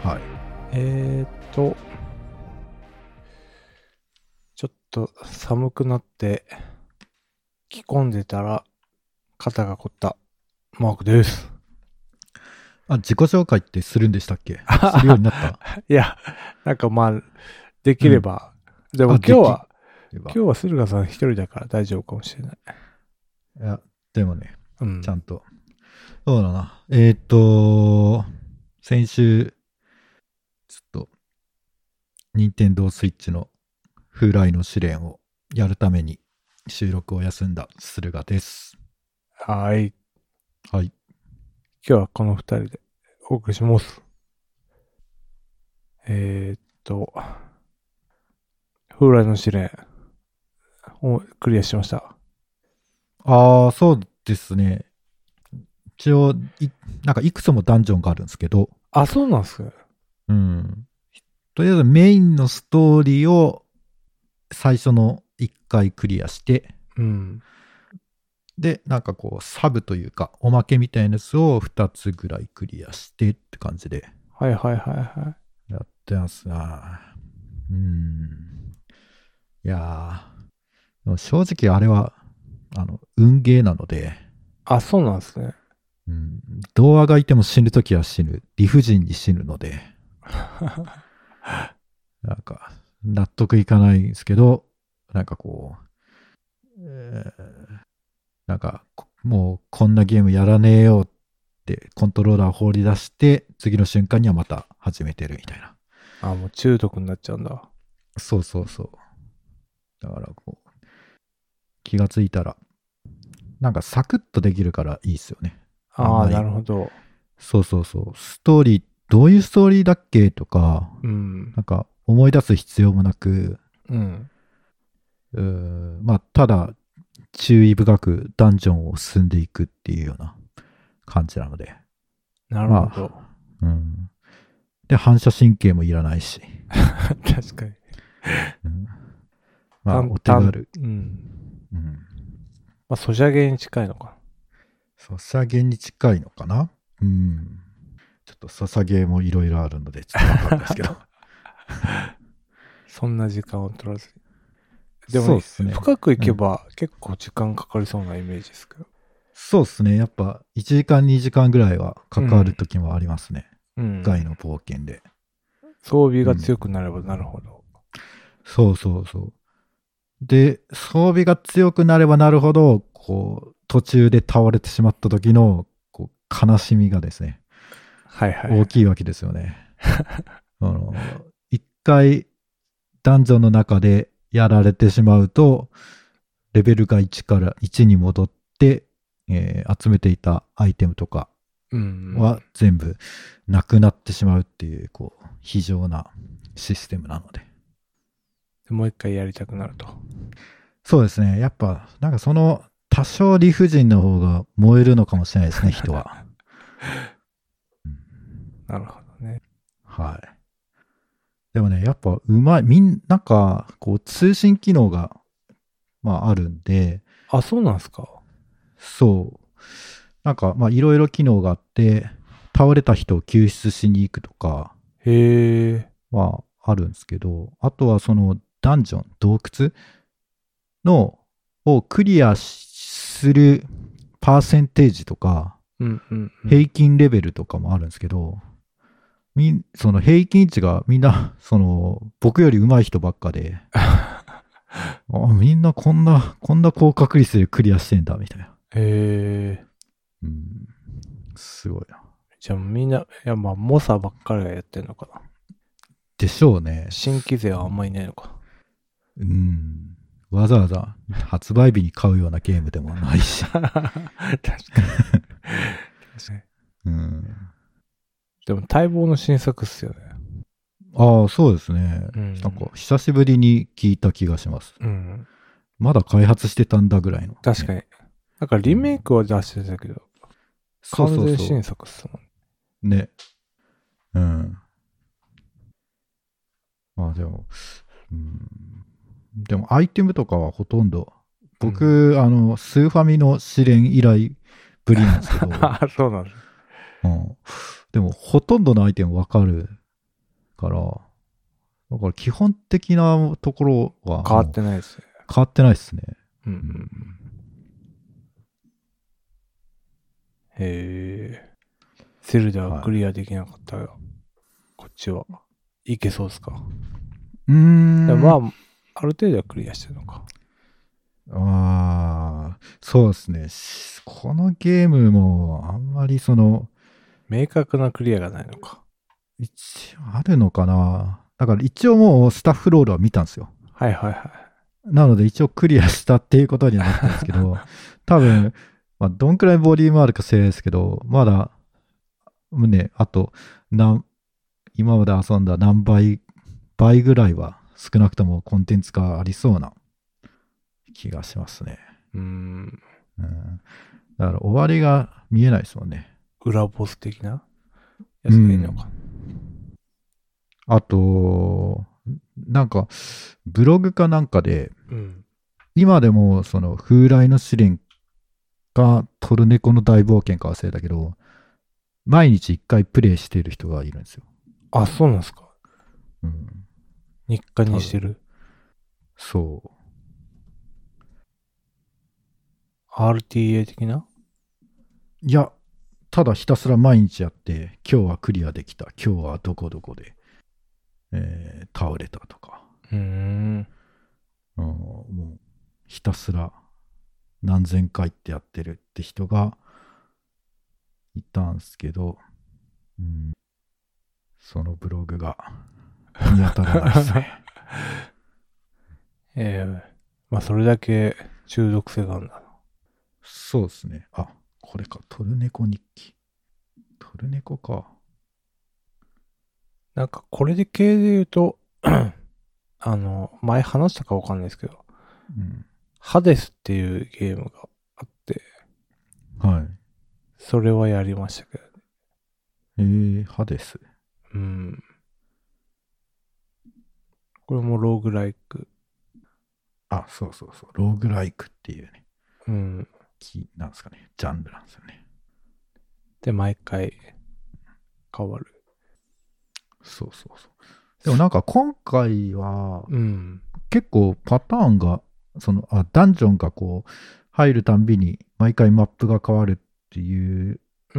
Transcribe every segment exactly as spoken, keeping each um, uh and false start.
はい。 えーっと、ちょっと寒くなって着込んでたら肩が凝ったマークです。 あ、自己紹介ってするんでしたっけ？するようになった？ いや、なんかまあ、できれば。うん、でもあ、 今日は、 できれば。 今日は駿河さん一人だから大丈夫かもしれない。 いや、でもね、 うん、 ちゃんと。そうだな。えーっと、先週、ちょっと、任天堂スイッチの風来の試練をやるために収録を休んだ駿河です。 はい。 はい。 今日はこの二人でお送りします。えーっと、風来の試練をクリアしました。 ああ、そうですね。一応い、なんかいくつもダンジョンがあるんですけど、 あ、そうなんすか。 うん。とりあえずメインのストーリーを最初のいっかいクリアして、 うん。 で、なんかこう、サブというか、おまけみたいなやつをふたつぐらいクリアしてって感じではいはいはいはい。 やってますな。うーん。いやー、でも正直あれは、あの、運ゲーなので、 あ、そうなんですね。 うん、童話がいても死ぬときは死ぬ。理不尽に死ぬので、なんか、納得いかないんですけど、なんかこう、えーなんか、もうこんなゲームやらねえよってコントローラー放り出して、次の瞬間にはまた始めてるみたいな。 あ、もう中毒になっちゃうんだ。 そうそうそう。だからこう、気がついたら、なんかサクッとできるからいいですよね。 ああ、 んまりなるほど。 そうそうそう。ストーリー、どういうストーリーだっけとか、 うん。 なんか思い出す必要もなく、 うん。 うーまあ、ただ注意深くダンジョンを進んでいくっていうような感じなので。 なるほど。 まあ、うん。で、反射神経もいらないし。 確かに。 うん、まあ、 淡お手軽。 々うん。 うん。 まあ、ソシャゲに近いのか。 ソシャゲに近いのかな。うん。ちょっとソシャゲもいろいろあるので、ちょっとわかんないですけど。 そんな時間を取らずに。でも、 そうっすね。 深くいけば結構時間かかりそうなイメージですけど。 そうっすね。やっぱいちじかんにじかんぐらいはかかる時もありますね。 うん。 外の冒険で。 装備が強くなればなるほど。 そうそうそう。で、装備が強くなればなるほど、こう、途中で倒れてしまった時の、こう、悲しみがですね、 はいはい。 大きいわけですよね。あの、一回、ダンジョンの中でやられてしまうと、レベルがいちからいちに戻って、えー集めていたアイテムとかうん。 は全部なくなってしまうっていう、こう、非常なシステムなので。 でもう一回やりたくなると。 そうですね。やっぱ、なんかその、多少理不尽の方が燃えるのかもしれないですね、人は。 なるほどね。 はい。でもね、やっぱうまい。みん、なんか、こう、通信機能が、まあ、あるんで、 あ、そうなんすか。 そう。なんか、まあ、いろいろ機能があって、倒れた人を救出しに行くとかへえ。 はあるんですけど、あとはその、ダンジョン、洞窟の、をクリアするパーセンテージとか、 うんうんうん。 平均レベルとかもあるんですけど、みん、その平均値がみんな、その、僕より上手い人ばっかで、あ、みんなこんな、こんな高確率でクリアしてんだ、みたいな。 へえ。 うん。すごいな。 じゃあみんな、いやまあ、猛者ばっかりがやってんのかな。 でしょうね。 新規勢はあんまいないのか。 うん。わざわざ発売日に買うようなゲームでもないし。 確かに。確かに。 うん。 でも待望の新作っすよね。 ああ、そうですね。 うんなんか、久しぶりに聞いた気がします。 うん。 まだ開発してたんだぐらいの、ね。 確かに。なんかリメイクは出してたけど、 そう完全新そうそう。 作っすもん。ね。うん。まあでも、うん、でもアイテムとかはほとんど、僕、うん、あの、スーファミの試練以来ぶりなんですけど。 あ、そうなんです。 うん。でも、ほとんどのアイテムわかるから、だから基本的なところは変わってないですね。 変わってないですね。 うんうんうん。へえ。セルではクリアできなかったが、はい、こっちはいけそうですか？ うーん。 でもまあ、ある程度はクリアしてるのか。 ああ、そうですね。このゲームもあんまりその、 明確なクリアがないのか。 一応あるのかな。だから一応もうスタッフロールは見たんですよ。 はいはいはい。 なので一応クリアしたっていうことにはなったんですけど、多分、まあ、どんくらいボリュームあるか知らないですけど、まだ、ね、あと、何、今まで遊んだ何倍、倍ぐらいは少なくともコンテンツがありそうな気がしますね。 うーん。 うん。だから終わりが見えないですもんね。 裏ボス的なやつがいいのか。 うん、あと、なんか、ブログかなんかで、 うん、 今でもその風来の試練かトルネコの大冒険か忘れたけど、毎日一回プレイしている人がいるんですよ。 あ、そうなんですか。 うん。 日課にしてる。 そう。 アールティーエー 的な？ いや、ただひたすら毎日やって、今日はクリアできた、今日はどこどこで、えー、倒れたとか。 うーん。 うん、もうひたすら何千回ってやってるって人がいたんすけど、うん、そのブログが見当たらないですね。 ええー、まあそれだけ中毒性があるんだな。 そうですね。あ、これか。トルネコ日記。トルネコか。 なんかこれで系で言うと、あの、前話したかわかんないですけど、 うん、 ハデスっていうゲームがあって、 はい。 それはやりましたけどね。 えー、ハデス。 うん。これもローグライク。 あ、そうそうそう。ローグライクっていうね。 うん。 キーなんですかね。ジャンルなんですよね。 で、毎回変わる。 そうそうそう。でもなんか今回は、 うん。 結構パターンが、その、あ、ダンジョンがこう、入るたんびに毎回マップが変わるっていううん。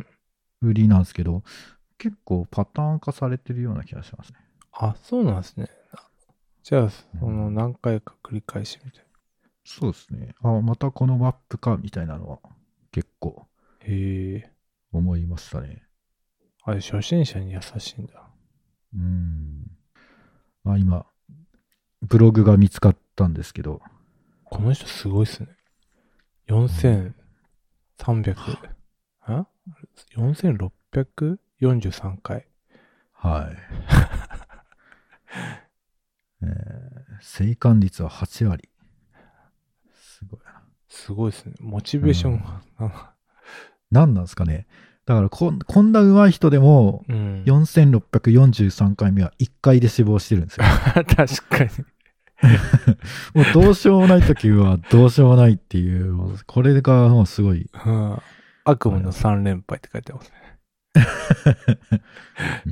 売りなんですけど、結構パターン化されてるような気がしますね。 あ、そうなんですね。じゃあ、その何回か繰り返しみたいな。 そうですね。あ、またこのマップかみたいなのは結構へえ。 思いましたね。 あれ、初心者に優しいんだ。 うん。あ、今、ブログが見つかったんですけど。 この人すごいっすね。よんせんさんびゃく、ん ?よんせんろっぴゃくよんじゅうさん 回。 はい。えー、生還率ははちわり。すごいな。 すごいっすね。モチベーションが。 何なんですかね。だからこ、こんな上手い人でも、 うん、 よんせんろっぴゃくよんじゅうさんかいめはいっかいで死亡してるんですよ。 確かに。 もうどうしようもない時はどうしようもないっていう、これがもうすごい。 うん、悪夢のさん連敗って書いてますね。 うん、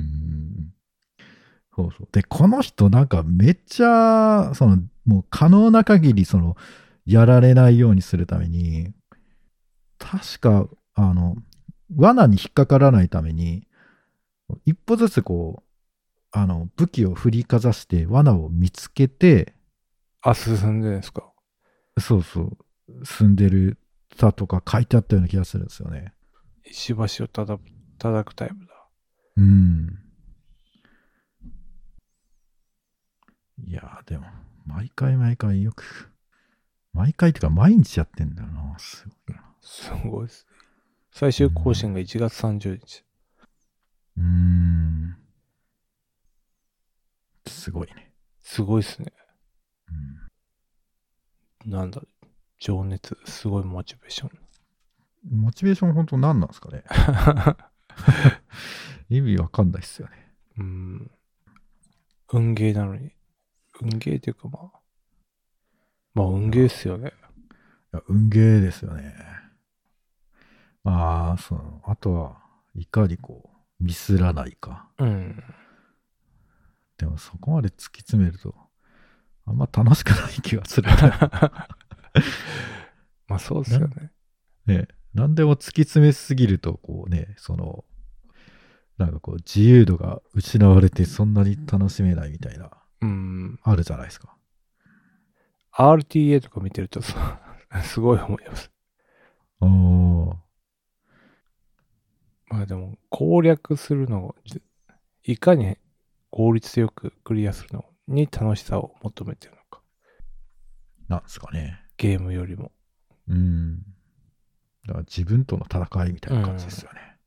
そうそう。で、この人なんかめっちゃ、その、もう可能な限り、その、やられないようにするために、確か、あの、罠に引っかからないために、一歩ずつこう、あの、武器を振りかざして罠を見つけて、 あ、進んでるんですか？ そうそう、進んでるさとか書いてあったような気がするんですよね。 石橋を叩く、叩くタイプだ。 うん。いやー、でも、毎回毎回よく、毎回っていうか毎日やってんだよな。すごいな。 すごいっすね。最終更新がいちがつさんじゅうにち。 うーん。すごいね。 すごいっすね。 うん、 なんだ、情熱、すごいモチベーション。 モチベーション本当何なんですかね。意味わかんないっすよね。 うん。運ゲーなのに。運ゲーっていうかまあ。まあ運ゲーっすよね。 いや、運ゲーですよね。まあ、その、あとは、いかにこう、ミスらないか。 うん。 でもそこまで突き詰めると、あんま楽しくない気がする。 まあそうですよね。 ね、何でも突き詰めすぎると、こうね、その、なんかこう自由度が失われてそんなに楽しめないみたいな、 うん。 あるじゃないですか。 アールティーエー とか見てるとさ、すごい思います。 ああ、 まあでも、攻略するのを、いかに効率よくクリアするのに楽しさを求めてるのか。 なんですかね。 ゲームよりも。 うん。だから自分との戦いみたいな感じですよね。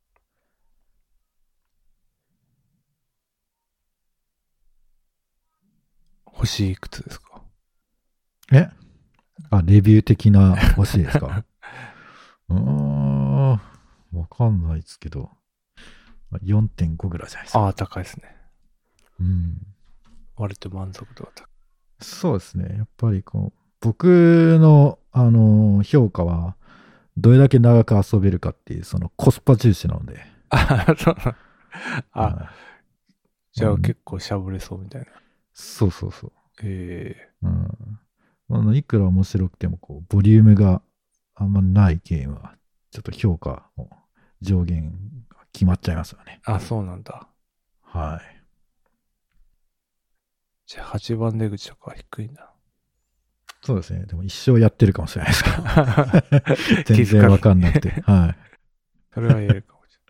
星いくつですか？ えあ、レビュー的な欲しいですか？うーん、わかんないですけど、よんてんごぐらいじゃないですか。 ああ、高いですね。 うん。 割と満足度が高い。 そうですね。やっぱりこう、僕の、あのー評価は、どれだけ長く遊べるかっていう、そのコスパ重視なので。 あ、そうなの。あ、 はいじゃあうん結構しゃぶれそうみたいな。 そうそうそう。 えうん。あの、いくら面白くても、こう、ボリュームがあんまないゲームは、ちょっと評価の上限が決まっちゃいますよね。 ー、あ、そうなんだ。 はい。 じゃあはちばん出口とかは低いんだ。 そうですね。でも一生やってるかもしれないですけど。全気づかず然わかんなくて。はい。 それは言えるかもし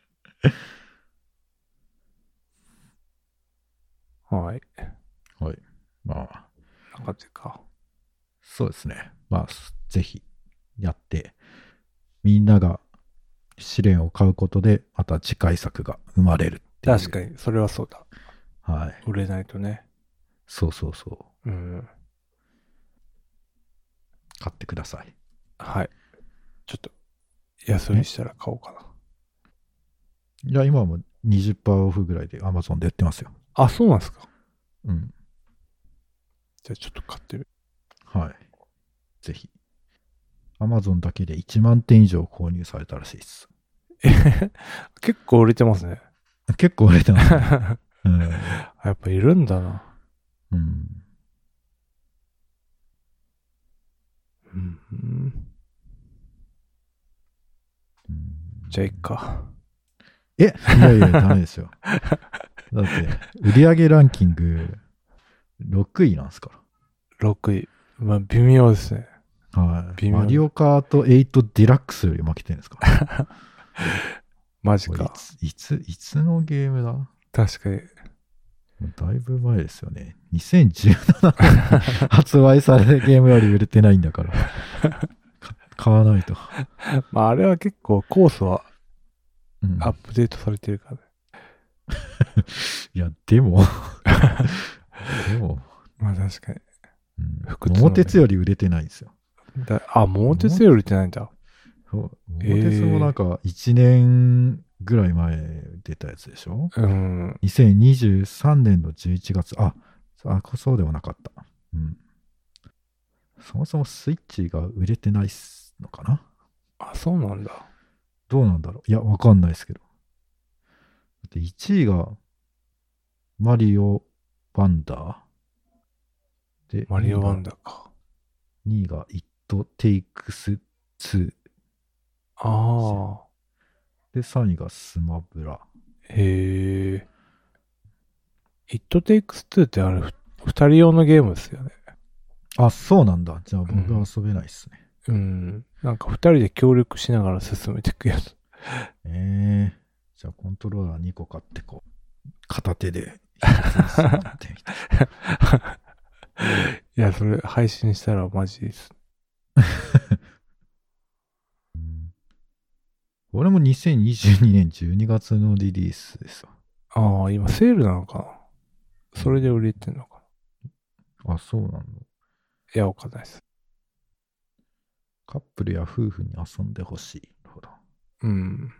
れない。はい。 はい。まあ、 なんかていうか。 そうですね。まあ、ぜひやって、みんなが試練を買うことで、また次回作が生まれるっていう。 確かに、それはそうだ。 はい。 売れないとね。 そうそうそう。 うん。 買ってください。 はい。ちょっと、安売りしたら買おうかな。 いや、今はもうにじゅっパーセントオフぐらいで Amazon でやってますよ。 あ、そうなんですか。 うん。 じゃあちょっと買ってみる。 はい。ぜひ。Amazon だけでいちまんてん以上購入されたらしいです。 結構売れてますね。 結構売れてますね。うん。 やっぱいるんだな。 うん。 うん。 うんじゃあいっか。 えいやいや、ダメですよ。だって、売上ランキングろくいなんですかろくい。まあ、微妙ですね。 ら。はい。 微妙マリオカートエイトデラックスより負けてるんですかマジか。 これいつ、いつ、いつのゲームだ確かに。 だいぶ前ですよね。にせんじゅうななねんに発売されるゲームより売れてないんだから。か買わないと。 まあ、あれは結構コースはうん、 アップデートされてるからね。 いや、でも、でも、 まあ確かに。 うん、 不屈のね桃鉄より売れてないんですよ。 だあ、桃鉄より売れてないんだ。 そうえー桃鉄もなんかいちねんぐらい前出たやつでしょ、 うん。 にせんにじゅうさんねんのじゅういちがつ、あ、あそうでもなかった。うん。そもそもスイッチが売れてないのかな。 あ、そうなんだ。 どうなんだろう。いや、わかんないですけど。だっていちいがマリオワンダーで、 マリオワンダダーか。 にいが It Takes Two ああ。 で、さんいがスマブラ。 へえ。It Takes Two ってあれ、ふ二人用のゲームですよね。 あ、そうなんだ。じゃあ僕うんは遊べないっすね。 うん。なんか二人で協力しながら進めていくやつ。 ええー。じゃあコントローラーにこ買ってこう、片手で一つずつ持ってみたい。 いや、それ配信したらマジです。 うん俺もにせんにじゅうにねんじゅうにがつのリリースですわ。 ああ、今セールなのかな。それで売れてんのかな。 あ、そうなの。 いや、わかんないです。 カップルや夫婦に遊んでほしい。なるほど。 うん。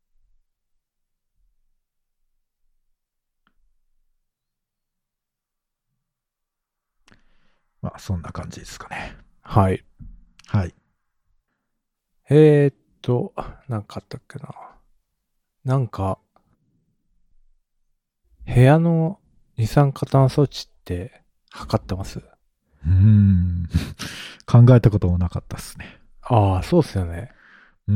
まあ、そんな感じですかね。 はい。 はい。 えーっと、なんかあったっけな。なんか、部屋の二酸化炭素値って測ってます？ うーん。考えたこともなかったっすね。 ああ、そうっすよね。 うん。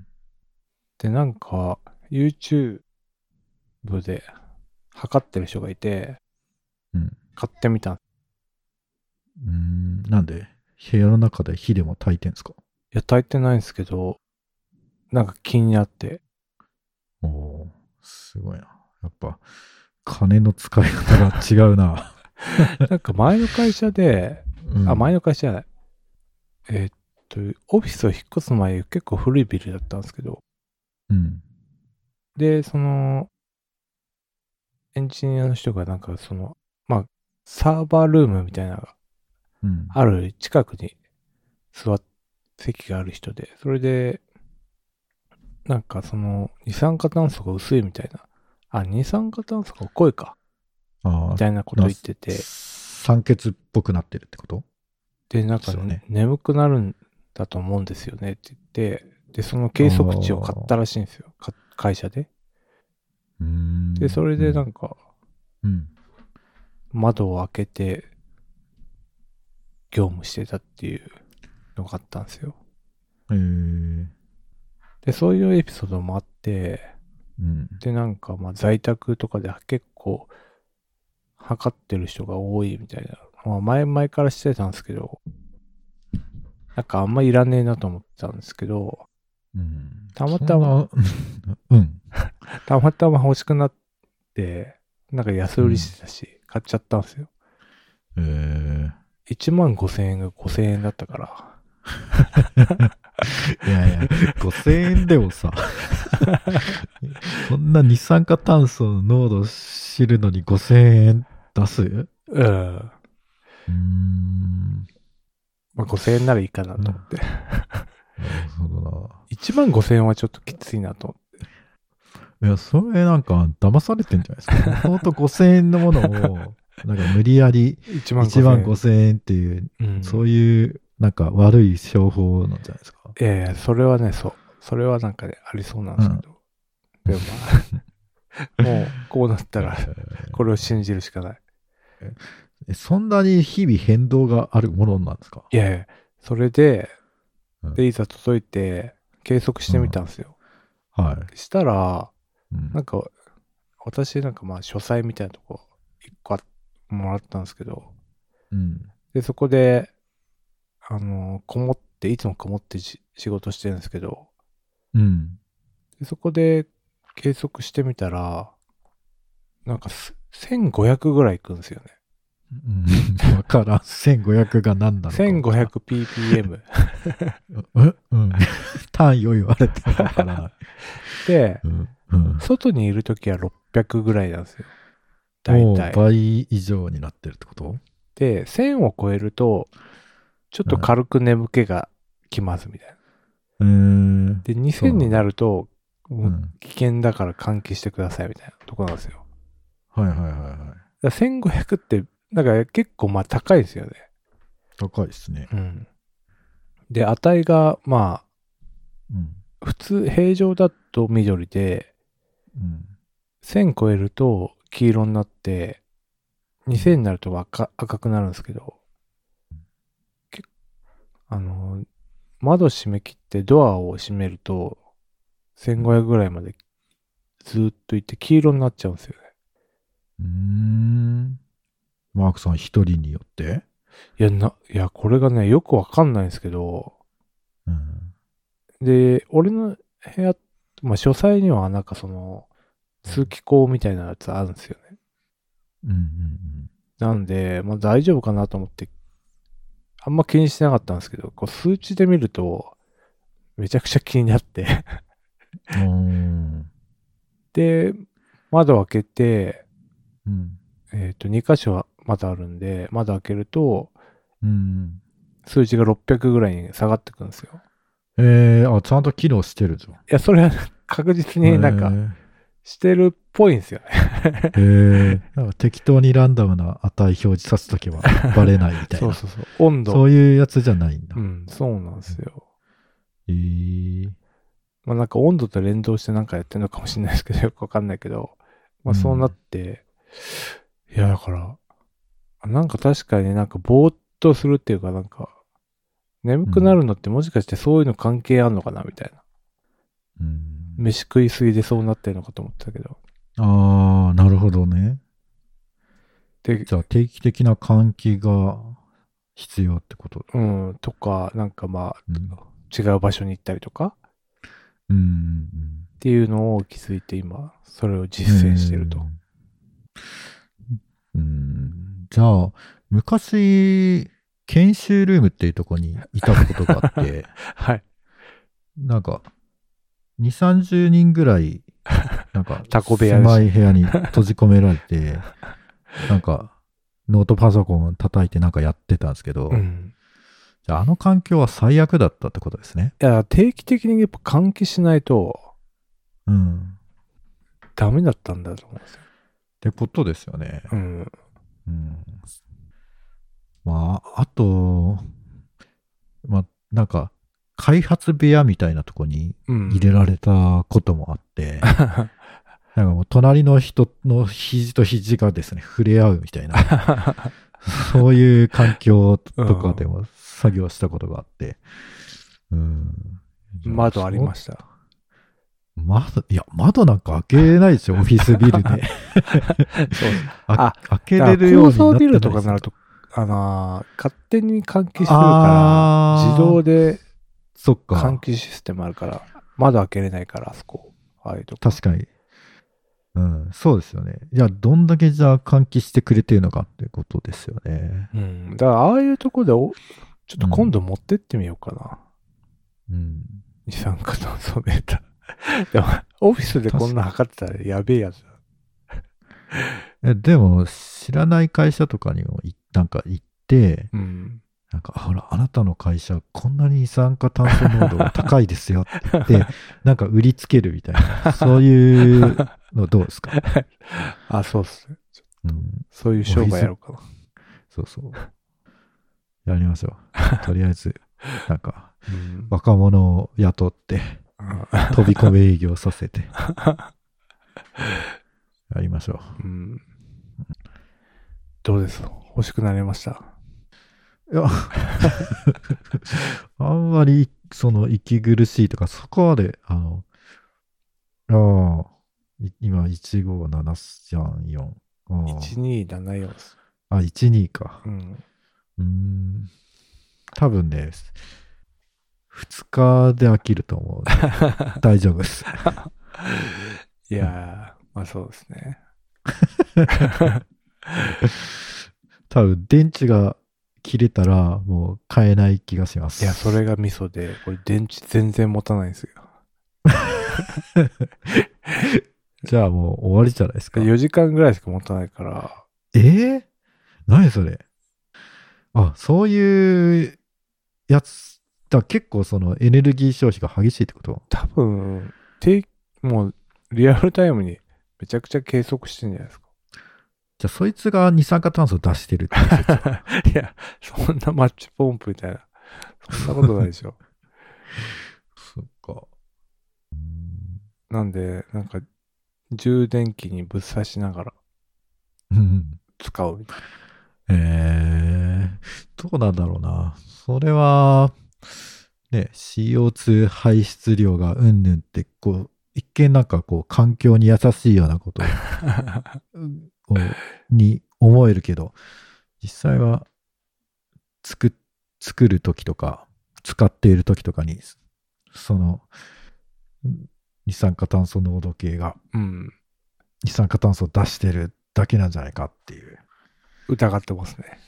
で、なんか、YouTube で測ってる人がいて、 うん。 買ってみた。いうーん。なんで、部屋の中で火でも焚いてんすか？ や、炊いてないんですけど、なんか気になって。 おおー、すごいな。やっぱ、金の使い方が違うな。 なんか前の会社で、 うん、 あ、前の会社じゃない。えーっと、オフィスを引っ越す前、結構古いビルだったんですけど、 うん。 で、その、エンジニアの人がなんかその、まあ、サーバールームみたいなのがうん。 ある近くに座っ、席がある人で、それで、なんかその、二酸化炭素が薄いみたいな。あ、二酸化炭素が濃いか。 ああ、 みたいなことな言ってて、 酸欠っぽくなってるってこと？ で、なんか、 ですよね。 眠くなるんだと思うんですよねって言って、で、そのあ計測値を買っあ、 たらしいんですよ。か会社で。 うーで、 ん。 それうん。 でなんか、 うん。 窓を開けて業務してたっていうのがあったんですよ。 えー、 で、そういうエピソードもあって、 うん。 で、なんか、まあ、在宅とかで結構、測ってる人が多いみたいな。まあ、前々からしてたんですけど、なんかあんまいらねえなと思ってたんですけど、 うん。 たまたま、 そんな、うん。 たまたま欲しくなって、なんか安売りうん。 してたし、買っちゃったんですよ。 えー、 いちまんごせんえんがごせんえんだったから。 いやいや、ごせんえんでもさ、そんな二酸化炭素の濃度知るのにごせんえん出す？ううん。 ーん。 まあ、ごせんえんならいいかなと思って。 なるほどいちまんごせんえんはちょっときついなと思って。 な。いや、それなんか騙されてんじゃないですか。もともとごせんえんのものを、なんか無理やり 1万 1 5 万千円。 ごせんえんっていう、 うん。 そういうなんか悪い商法なんじゃないですか。 いやいや、それはね、そう。それはなんかね、ありそうなんうん。 ですけど。でもまあ、もう、こうなったら、これを信じるしかない。 えそんなに日々変動があるものなんですか？ いやいや、それで、 うん。 で、いざ届いて、計測してみうん。 たんですよ。 はい。 したら、 うん。 なんか、私なんかまあ、書斎みたいなとこ、一個あもらったんですけど、 うん。 で、そこで、あの、こもって、いつもこもってし仕事してるんですけど、 うん。 でそこで計測してみたら、なんかすせんごひゃくぐらいいくんですよね。 うん。わからん。せんごひゃくが何なのかわからん。 せんごひゃくピーピーエム。 えうん。単位を言われてもわからない。 で、 うん。うん。 外にいるときはろっぴゃくぐらいなんですよ。だいもうたい。 倍以上になってるってこと？ で、せんを超えると、ちょっとうん。 軽く眠気がきますみたいな。 うーん。 で、にせんになそうなんだ。 ると、もううん。 危険だから換気してくださいみたいなとこなんですよ。 はいはいはいはい。 だからせんごひゃくって、なんか結構まあ高いですよね。 高いですね。 うん。で、値が、まうん。 あ、普通、平常だと緑で、 うん。 せん超えると黄色になって、にせんになると赤赤くなるんですけど、けあの、窓閉め切ってドアを閉めると、せんごひゃくぐらいまでずーっといって黄色になっちゃうんですよね。 うーん。マークさん一人によって？ いや、な、いや、これがね、よくわかんないんですけど、 うん。 で、俺の部屋、まあ、書斎にはなんかその、通気口みたいなやつあるんですよね。 うんうんなんで、まあ大丈夫かなと思って、あんま気にしてなかったんですけど、こう数値で見ると、めちゃくちゃ気になってうん。おー。 で、窓開けて、 うん。 えっと、に箇所はまだあるんで、窓開けると、 うん。 数字がろっぴゃくぐらいに下がってくるんですよ。 えー、あ、ちゃんと機能してるぞ。 いや、それは確実えになんか、 ー、 してるっぽいんですよねえー、なんか適当にランダムな値表示させとけばバレないみたいな。 そうそうそう。温度。 そういうやつじゃないんだ。 うん、そうなんですよ。 えー、 まあなんか温度と連動してなんかやってるのかもしれないですけど、よくわかんないけど、まあそうなっうん。 て、 いや、だから、なんか確かになんかぼーっとするっていうかなんか、眠くなるのってもしかしてそういうの関係あんのかなみたいな。 うん、 飯食いすぎでそうなってるのかと思ってたけど。 ああ、なるほどね。 で、 じゃあ定期的な換気が必要ってこと。 うん、とか、なんかまあ、 うん、 違う場所に行ったりとかうんうんっていうのを気づいて今、それを実践してると。 うん、うんじゃあ、昔、研修ルームっていうところにいたことがあって、 はい。 なんか、に、さんじゅうにんぐらい、なんか、 タコ部屋です狭い部屋に閉じ込められて、なんか、ノートパソコン叩いてなんかやってたんですけど、 うん。 じゃあ、あの環境は最悪だったってことですね。 いや、定期的にやっぱ換気しないとうん。 ダメだったんだと思うんですよ。 ってことですよね。 うん。 うん。まあ、あと、まあ、なんか、開発部屋みたいなとこにうん。 入れられたこともあって、なんかもう隣の人の肘と肘がですね、触れ合うみたいな、そういう環境とかでも作業したことがあって、うん。 窓ありました。 窓、いや、窓なんか開けないですよ、オフィスビルで。 そう。 ああ、 開けれるようになってない高層ビルとかになると、あのー勝手に換気するから、 あー自動でそっ換か。 気システムあるから、窓開けれないから、あそこ。ああいうとこ。 確かに。うん、そうですよね。じゃあ、どんだけじゃあ換気してくれてるのかっていうことですよね。 うん。だから、ああいうとこでお、ちょっと今度持ってってみようかな。 うん。 二酸化炭素メーター。でも、オフィスでこんな測ってたらやべえやつだ。 えでも、知らない会社とかにもいなんか行って、 うん。 なんか、ほら、あなたの会社、こんなに二酸化炭素濃度が高いですよって言って、なんか売りつけるみたいな、そういうのどうですか？ あ、そうっすね。 うん、 そういう商売やろうかな。 そうそう。やりましょう。とりあえず、なんか、 うん。 若者を雇って、飛び込み営業させて、やりましょうん。どうです欲しくなりました？ う。いや、あんまり、その、息苦しいとか、そこまで、あの、ああ、い今、いちごななさんよん。あいちにーななよんです。 あ、あ、いちにか。 うん。 うーん。多分ね、ふつかで飽きると思う。大丈夫です。 いやー、まあそうですね。 多分、電池が切れたら、もう買えない気がします。 いや、それがミソで、これ電池全然持たないんですよ。 じゃあもう終わりじゃないですか。 よじかんぐらいしか持たないから。 えー、何それ。あ、そういうやつ、だ結構そのエネルギー消費が激しいってこと？ 多分、てもうリアルタイムにめちゃくちゃ計測してんじゃないですか。 じゃあそいつが二酸化炭素を出してるっていう説はいや、そんなマッチポンプみたいな。そんなことないでしょ。 そっか。うーんなんで、なんか、充電器にぶっ刺しながらうん使うみたいな。 えー、どうなんだろうな。それは、ね、シーオーツー 排出量がうんぬんって、こう、一見なんかこう、環境に優しいようなことをに思えるけど、実際は、作、作るときとか、使っているときとかに、その、二酸化炭素濃度計がうん。 二酸化炭素を出してるだけなんじゃないかっていう。 疑ってますね。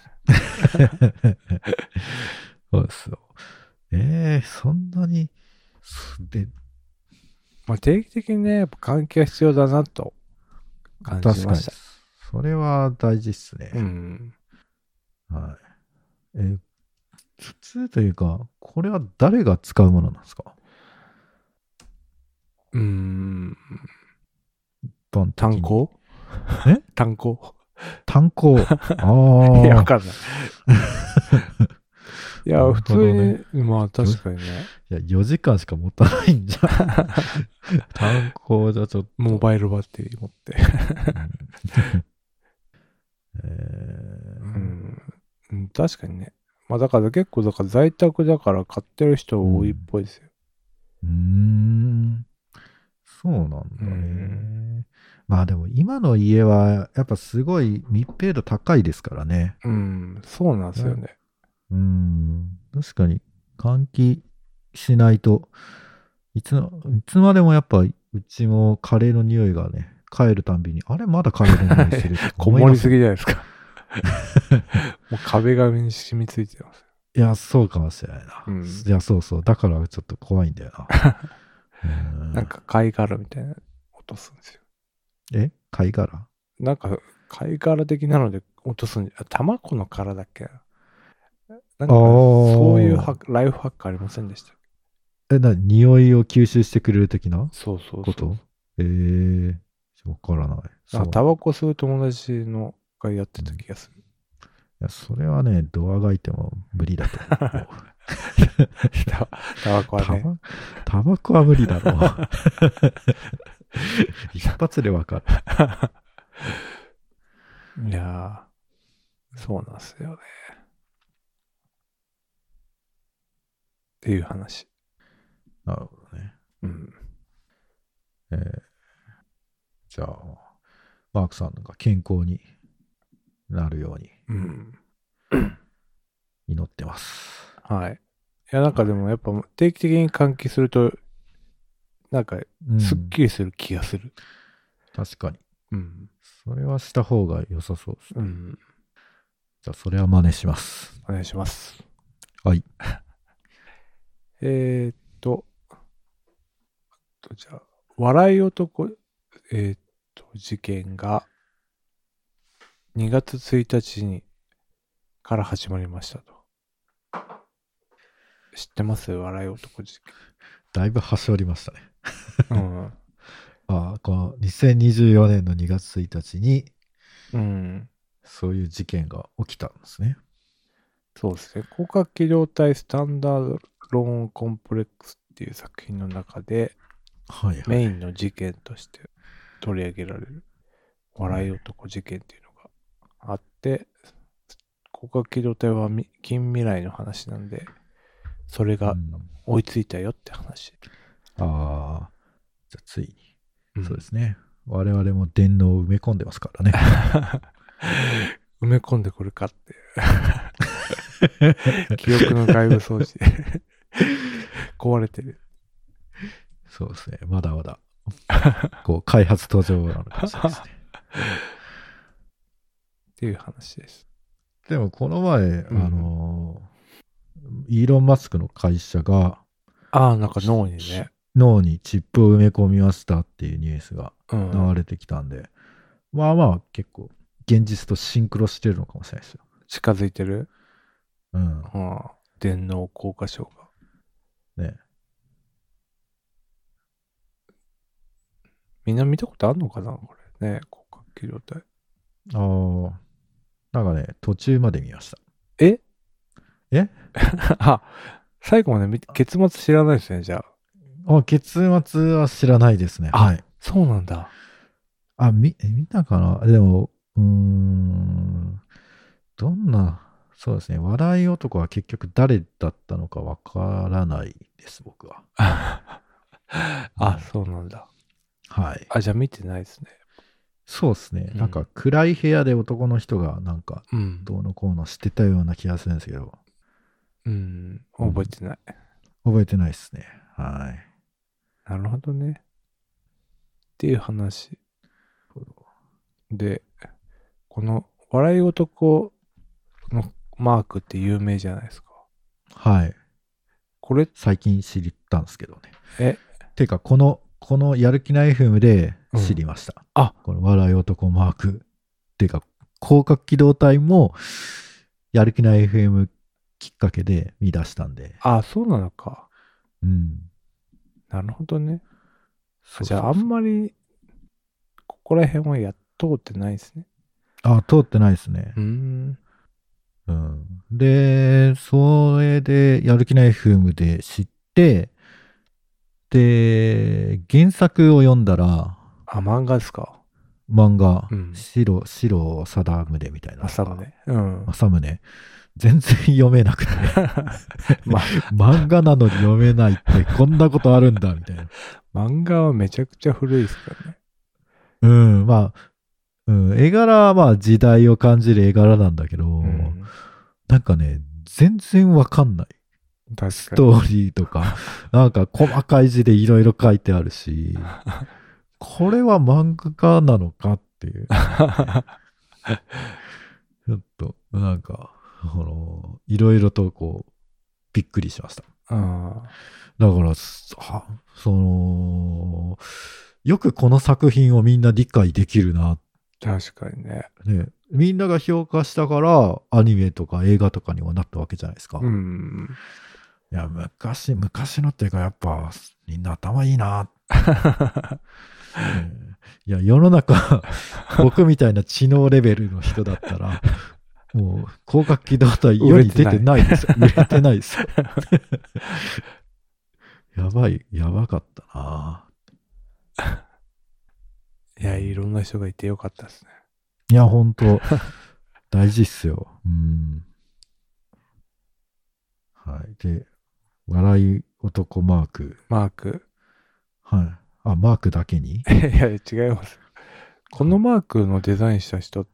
そうですよ。えー、そんなに、で、 まあ定期的にね、やっぱ換気が必要だなと感じ確かにました。。 それは大事っすね。 うん。 はい。えー普通というか、これは誰が使うものなんですか？ うーん。 一般的に。 炭鉱え炭鉱炭鉱。あいや、わあ。 かんない。いや、 なる普ほどね通に、まあ確かにね。 いや、よじかんしか持たないんじゃん。炭鉱じゃちょっと。 モバイルバッテリー持って。 うんえーうんうん、確かにね。まあだから結構だから在宅だから買ってる人多いっぽいですよ。 うーん。そうなんだうね。 ん。 まあでも今の家はやっぱすごい密閉度高いですからね。 うん、そうなんですよね。 うん。確かに換気しないといつの、いつまでもやっぱうちもカレーの匂いがね、帰るたんびに、あれまだカレーの匂いするとかこ思いますもん。 もりすぎじゃないですか。もう壁紙に染みついてます。 いや、そうかもしれないな。 うんいや、そうそう。だからちょっと怖いんだよな。うんなんか貝殻みたいな落とすんですよ。 え貝殻なんか貝殻的なので落とすんじゃ、卵の殻だっけな。なんかそういうハライフハックありませんでしたっけ？ え、な、匂いを吸収してくれる的なそうそうそう。 ことええー、わからない。そう。 あ、タバコ吸う友達のがやってた気がする。 いや、それはね、ドアが開いても無理だと思う。 タタバコはね。 タバ、タバコは無理だろう。一発でわかる。 いやー、そうなんですよね。っていう話。 なるほどね。 うん。 えー、じゃあ、マークさんが健康になるようにうん。 祈ってます。 はい。いや、なんかでもやっぱ定期的に換気すると、なんか、 うん、 すっきりする気がする。 確かに。 うん。 それはした方が良さそうですね。 うん。 じゃあ、それは真似します。 お願いします。 はい。 えーっと、とじゃあ、笑い男、えーっと、事件がにがつついたちにから始まりましたと。知ってます？笑い男事だいぶ端折りましたね。 件。うん。 ああ、このにせんにじゅうよねんのにがつついたちに、 うん。 そういう事件が起きたんですね。 そうですね。広角機動隊スタンダードローンコンプレックスっていう作品の中で、 はいはい。 メインの事件として取り上げられる笑い男事件っていうのがあって、広角機動隊はみ近未来の話なんで、それがうん追いついたよって話。 ああ、じゃあついに、 うんそうですね。我々も電脳を埋め込んでますからね。 埋め込んでくるかっていう記憶の外部装置で壊れてる。 そうですね。まだまだ、こう、開発途上なのかもしれないですね。 っていう話です。 でも、この前、 うんあのーイーロン・マスクの会社が、 ああ、なんか脳にね。 脳にチップを埋め込みましたっていうニュースがうん。 流れてきたんで、まあまあ、結構、現実とシンクロしてるのかもしれないですよ。 近づいてる。 うん。 うん。電脳硬化症が。 ね。 みんな見たことあるのかなこれね。広角機動隊。 ああ、なんかね、途中まで見ました。 ええあ、最後まで見て、結末知らないですね、じゃあ。 あ、結末は知らないですね。 あはい。 そうなんだ。 あ、み、え見たかなでも、うーん、どんな、そうですね。笑い男は結局誰だったのかわからないです、僕は。 あ、そうなんだ。 はい。 あ、じゃあ見てないですね。 そうですね。 うんなんか暗い部屋で男の人がなんかうん。 どうのこうのしてたような気がするんですけど、 うん。覚えてない。 覚えてないですね。はい。 なるほどね。っていう話。で、この笑い男のマークって有名じゃないですか。 はい。 これ、 最近知ったんですけどね。 え、 てか、この、このやる気ない エフエム で知りました。 うんあこの笑い男マーク。てか、広角機動隊もやる気ない エフエム きっかけで見出したんで。 あ、そうなのか。 うん。 なるほどね。 そうそうそうじゃああんまり、ここら辺はやっ通ってないですね。 あ、通ってないですねう。ーん。 うん。で、それでやる気ない エフエム で知って、で、原作を読んだら、 あ、漫画ですか。 漫画、 うん。 白、白定宗みたいな。 朝宗。うん。 正宗。全然読めなくて。 ま、 漫画なのに読めないってこんなことあるんだ、みたいな。 漫画はめちゃくちゃ古いですからね。 うん、まあ、うん、絵柄はまあ時代を感じる絵柄なんだけど、 うん、 なんかね、全然わかんない。ス確かに。 トーリーとか、なんか細かい字でいろいろ書いてあるし、これは漫画家なのかっていう。ちょっと、なんか、あの、いろいろとこう、びっくりしました。 あだから、はその、よくこの作品をみんな理解できるな。 確かにね。 ね、みんなが評価したから、アニメとか映画とかにはなったわけじゃないですか。 うん。 いや、昔、昔のっていうか、やっぱ、みんな頭いいな。ねいや、世の中、僕みたいな知能レベルの人だったら、もう、広角機動隊世に出てないですよ。売れてないですよ。やばい、やばかったな。 いや、いろんな人がいてよかったですね。 いや、ほんと、大事っすよ。うん。はい。で、笑い男マーク。 マーク。 はい。あ、マークだけにいや、違います。このマークのデザインした人って、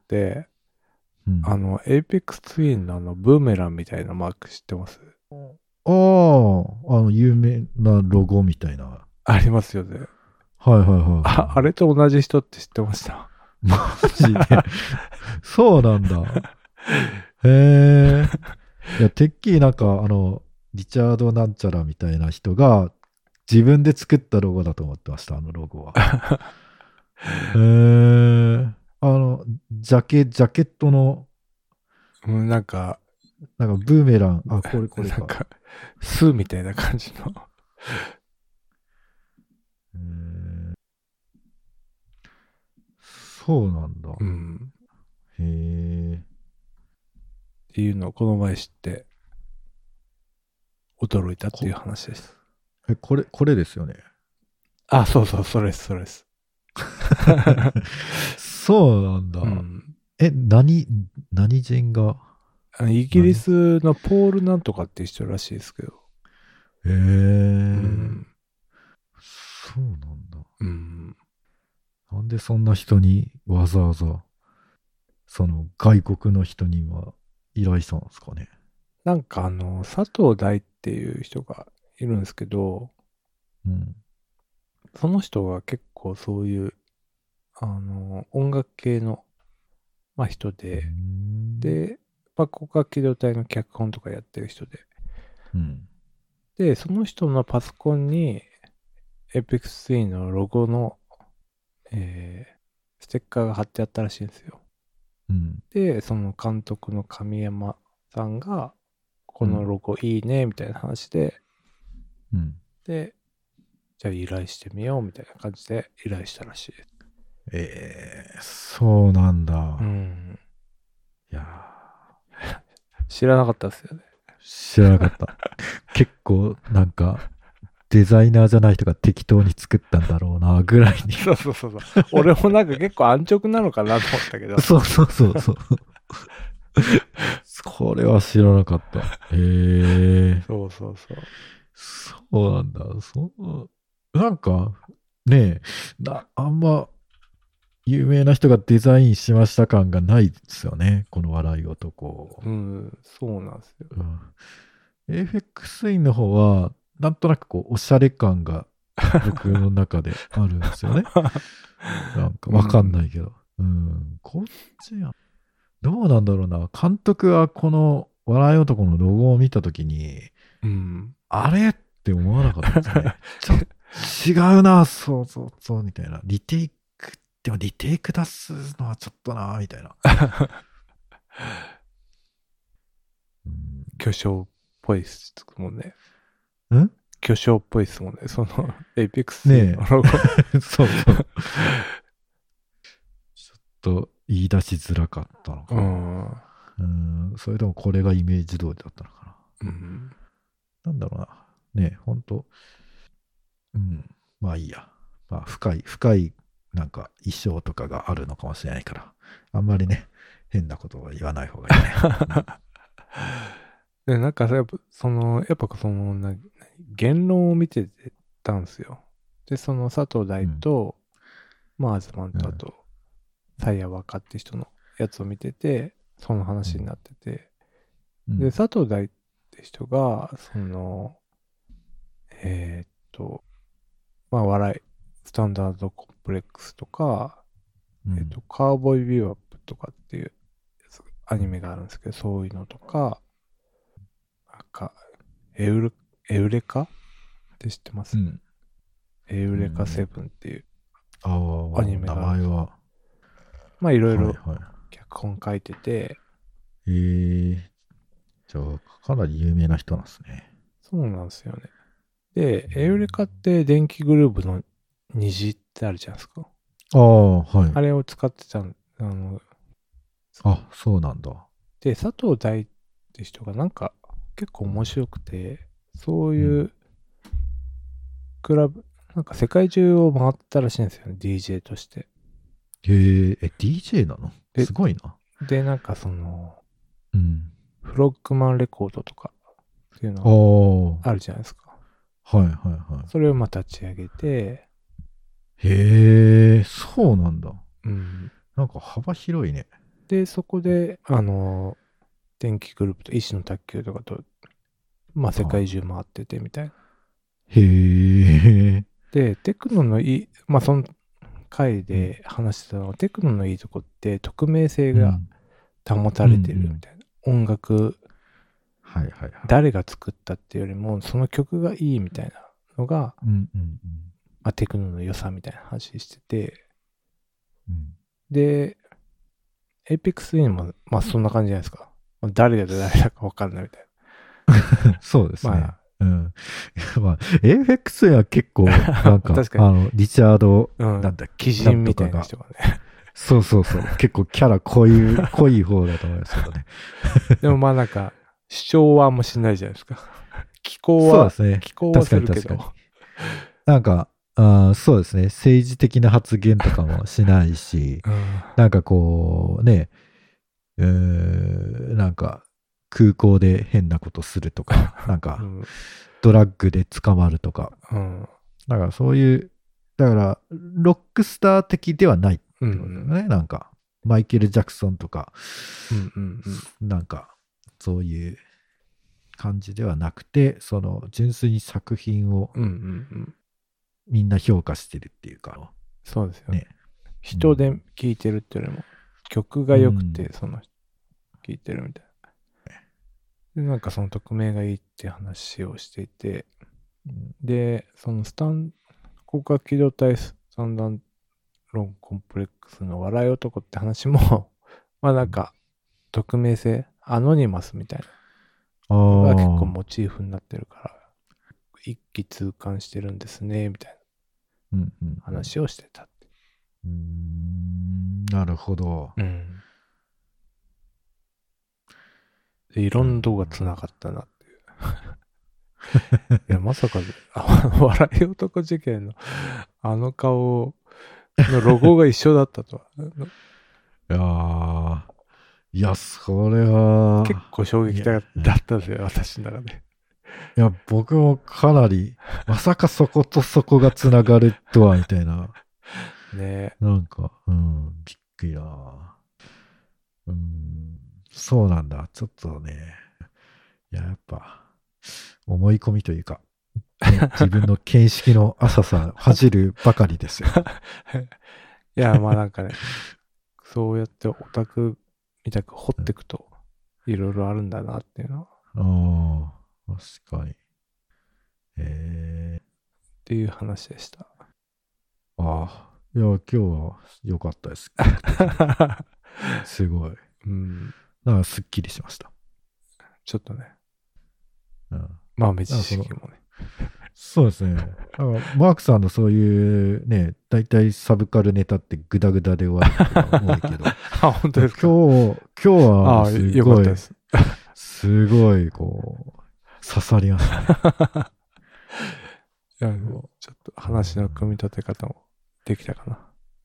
うん、 あの、エイペックスツインのあの、ブーメランみたいなマーク知ってます？ ああ、あの、有名なロゴみたいな。 ありますよね。 はいはいはい。 あ、あれと同じ人って知ってました？ マジで。そうなんだ。へえ。いや、てっきりなんか、あの、リチャードなんちゃらみたいな人が自分で作ったロゴだと思ってました、あのロゴは。へえ。あの、ジャケ、ジャケットの、 うん、なんか、 なんかブーメラン、あ、これこれか。 なんか、巣みたいな感じの。 へーそうなんだ。 うん。 へえ。 っていうのをこの前知って、驚いたっていうこ話です。 え、これ、これですよね。 あ、そうそう、それです、それです。 そうなんだ。 うん。 え、何、何人があのイギリスのポールなんとかっていう人らしいですけど。 へえ、 うん。 そうなんだ。 うん。 なんでそんな人にわざわざ、その外国の人には依頼したんですかね。 なんかあの、佐藤大っていう人がいるんですけど、 うん。 その人が結構そういう、あの、音楽系の、まあ、人うで、 ん。 で、まあ、広角機動隊の脚本とかやってる人で、 うん。 で、その人のパソコンに、Apex スリーのロゴの、えー、ステッカーが貼ってあったらしいんですよ。 うん。 で、その監督の神山さんが、このうん。 ロゴいいね、みたいな話で、 うんで、じゃあ依頼してみよう、みたいな感じで依頼したらしいです。 ええ、そうなんだ。 うん。 いや知らなかったですよね。 ー、知らなかった。結構、なんか、デザイナーじゃない人が適当に作ったんだろうな、ぐらいに。 そうそうそうそう。俺もなんか結構安直なのかなと思ったけど。 そうそうそうそう。これは知らなかった。へえ。 そうそうそう。 そうなんだ。そう、なんか、ねえ、な、あんま有名な人がデザインしました感がないですよね。この笑い男。 うん、そうなんですよ。 うん。エーエフエックス インの方は、なんとなくこう、おしゃれ感が僕の中であるんですよね。なんかわかんないけど。うん。こっちは、どうなんだろうな。監督はこの笑い男のロゴを見たときに、 うん。 あれって思わなかったですね。ちょっと違うな、そうそうそう、みたいな。リテイク、でもリテイク出すのはちょっとな、みたいな。うん、 巨匠っぽいっすもんね。 ん巨匠っぽいっすもんね。その、エイペックスねのロゴ。 え。そうそう。ちょっと言い出しづらかったのかうな。 ん。 うん、それともこれがイメージ通りだったのかな。 うん。 なんだろうな。ねえ、ほんと。うん。まあいいや。まあ深い、深いなんか衣装とかがあるのかもしれないから、あんまりね、変なことは言わない方がいいね。 で、なんかさ、やっぱ、その、やっぱその、な言論を見てたんですよ。で、その佐藤大と、うん、まあ、アズマンと、あと、サイヤワカって人のやつを見てて、その話になってて、うん、で、佐藤大って人が、その、えー、っと、まあ、笑い、スタンダードコンプレックスとか、うん、えー、っと、カーボーイビューアップとかっていうアニメがあるんですけど、そういうのとか、なんか、エウレ、エウレカって知ってます、うん、エウレカセブンっていうアニメがあるんです。名前は。まあいろいろ脚本書いてて。はいはい、 えー、じゃあかなり有名な人なんですね。 そうなんですよね。で、エウレカって電気グルーヴの虹ってあるじゃないですか。 ああ、はい。 あれを使ってたん、あの、 あ、そうなんだ。 で、佐藤大って人がなんか結構面白くて、そういうクラブ、うん、なんか世界中を回ったらしいんですよね、ディージェー として。 へえ、え、ディージェー なの？すごいな。 で、なんかその、 うん、 フロッグマンレコードとかっていうのがあるじゃないですか。 はいはいはい。 それをまあ立ち上げて。 へえ、そうなんだ。 うん。 なんか幅広いね。 で、そこで、あの、電気グループと医師の卓球とかと、まあ世界中回っててみたいな。 へえ。 で、テクノのいい、まあその回で話してたのは、うん、テクノのいいとこって匿名性が保たれてるみたいな。うんうんうん、音楽、 はいはいはい、 誰が作ったっていうよりも、その曲がいいみたいなのが、 うんうんうんまあ、テクノの良さみたいな話してて、 うん、 で、エイペックス インも、まあそんな感じじゃないですか。誰が誰だか分かんないみたいな。そうですね。まあうん、まあ、エーフェックス は結構、なんか、 確かにあの、リチャード、 うん、 なんだっけ、 鬼人みたいな人がね。 そうそうそう。結構キャラ濃い、濃い方だと思いますけどね。 でもまあなんか、主張はあんましないじゃないですか。気候は、 そうですね。 気候はするけど。 確かに確かに。なんか、あそうですね。政治的な発言とかもしないし、うん、なんかこう、ね、うーなんか、空港で変なことするとか、なんか、うん、ドラッグで捕まるとか、うん、だからそういう、だから、ロックスター的ではないってことだよね、うん、なんか、マイケル・ジャクソンとか、うんうんうん、なんか、そういう感じではなくて、その、純粋に作品を、みんな評価してるっていうか、 そうですよね。人で聴いてるっていうよりも、曲が良くて、その、聴いてるみたいな。で、なんかその匿名がいいって話をしていて、うん、で、そのスタン、広角機動隊スタンダードコンプレックスの笑い男って話も、まあなんか、匿名性、アノニマスみたいなのが結構モチーフになってるから、一気通貫してるんですね、みたいな話をしてたって。 うんうんうん、うーん、なるほど。うんでいろんなとこが繋がったなっていう。いや、まさか、あの、笑い男事件のあの顔のロゴが一緒だったとは。 いやー、いや、それは。 結構衝撃だったんですよ、私の中で。 いや、僕もかなり、まさかそことそこが繋がるとは、みたいな。 ねなんか、うん、びっくりだ。うん。そうなんだ。ちょっとね。いや、やっぱ、思い込みというか、ね、自分の見識の浅さ、恥じるばかりですよ。 いや、まあなんかね、そうやってオタクみたく掘っていくと、いろいろあるんだなっていうのは。ああ、確かに。へえ。 っていう話でした。 ああ、いや、今日は良かったです。すごい。うん。なんかすっきりしました。 ちょっとね。うん。まあ、知識もね。 そうですね。マークさんのそういうね、大体サブカルネタってグダグダで終わることが多いけど。 あ、本当ですか。 今日、今日はすごい、 す, すごい、こう、刺さりましたね。 いやちょっと話の組み立て方もできたかな。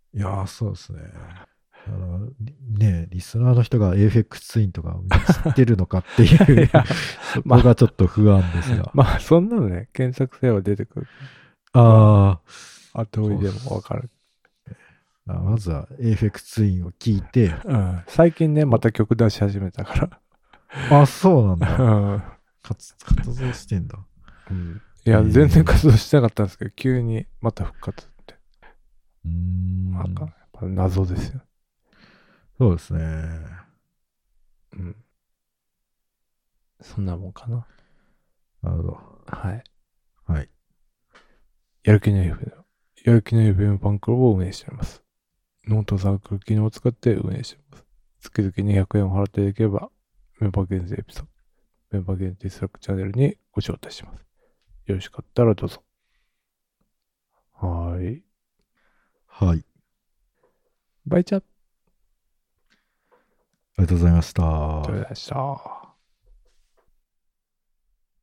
いやー、そうですね。あの、りね、リスナーの人が エーエフエックス ツインとか知ってるのかっていう、 いや、 そまあ、 こがちょっと不安ですが。 まあ、そんなのね、検索すれば出てくる。 ああ、 後追いでそうっすもわかる。 あまずは エーエフエックス ツインを聞いて、 うん。最近ね、また曲出し始めたかあ、そうなんら。 だ。 うん。 活活動してんだ。 うん。いや、 えー全然活動してなかったんですけど、急にまた復活って。 うーなんか、 ん。 やっぱ謎ですよ。 そうですね。 うん。そんなもんかな。 なるほど。 はい。 はい。 やる気の エフエム、やる気の エフエム ファンクラブを運営しております。ノートサークル機能を使って運営しております。月々にひゃくえんを払っていただければ、メンバー限定エピソード、メンバー限定スラックチャンネルにご招待します。よろしかったらどうぞ。はーい。 はい。 バイチャッありがとうございました。 とうございました。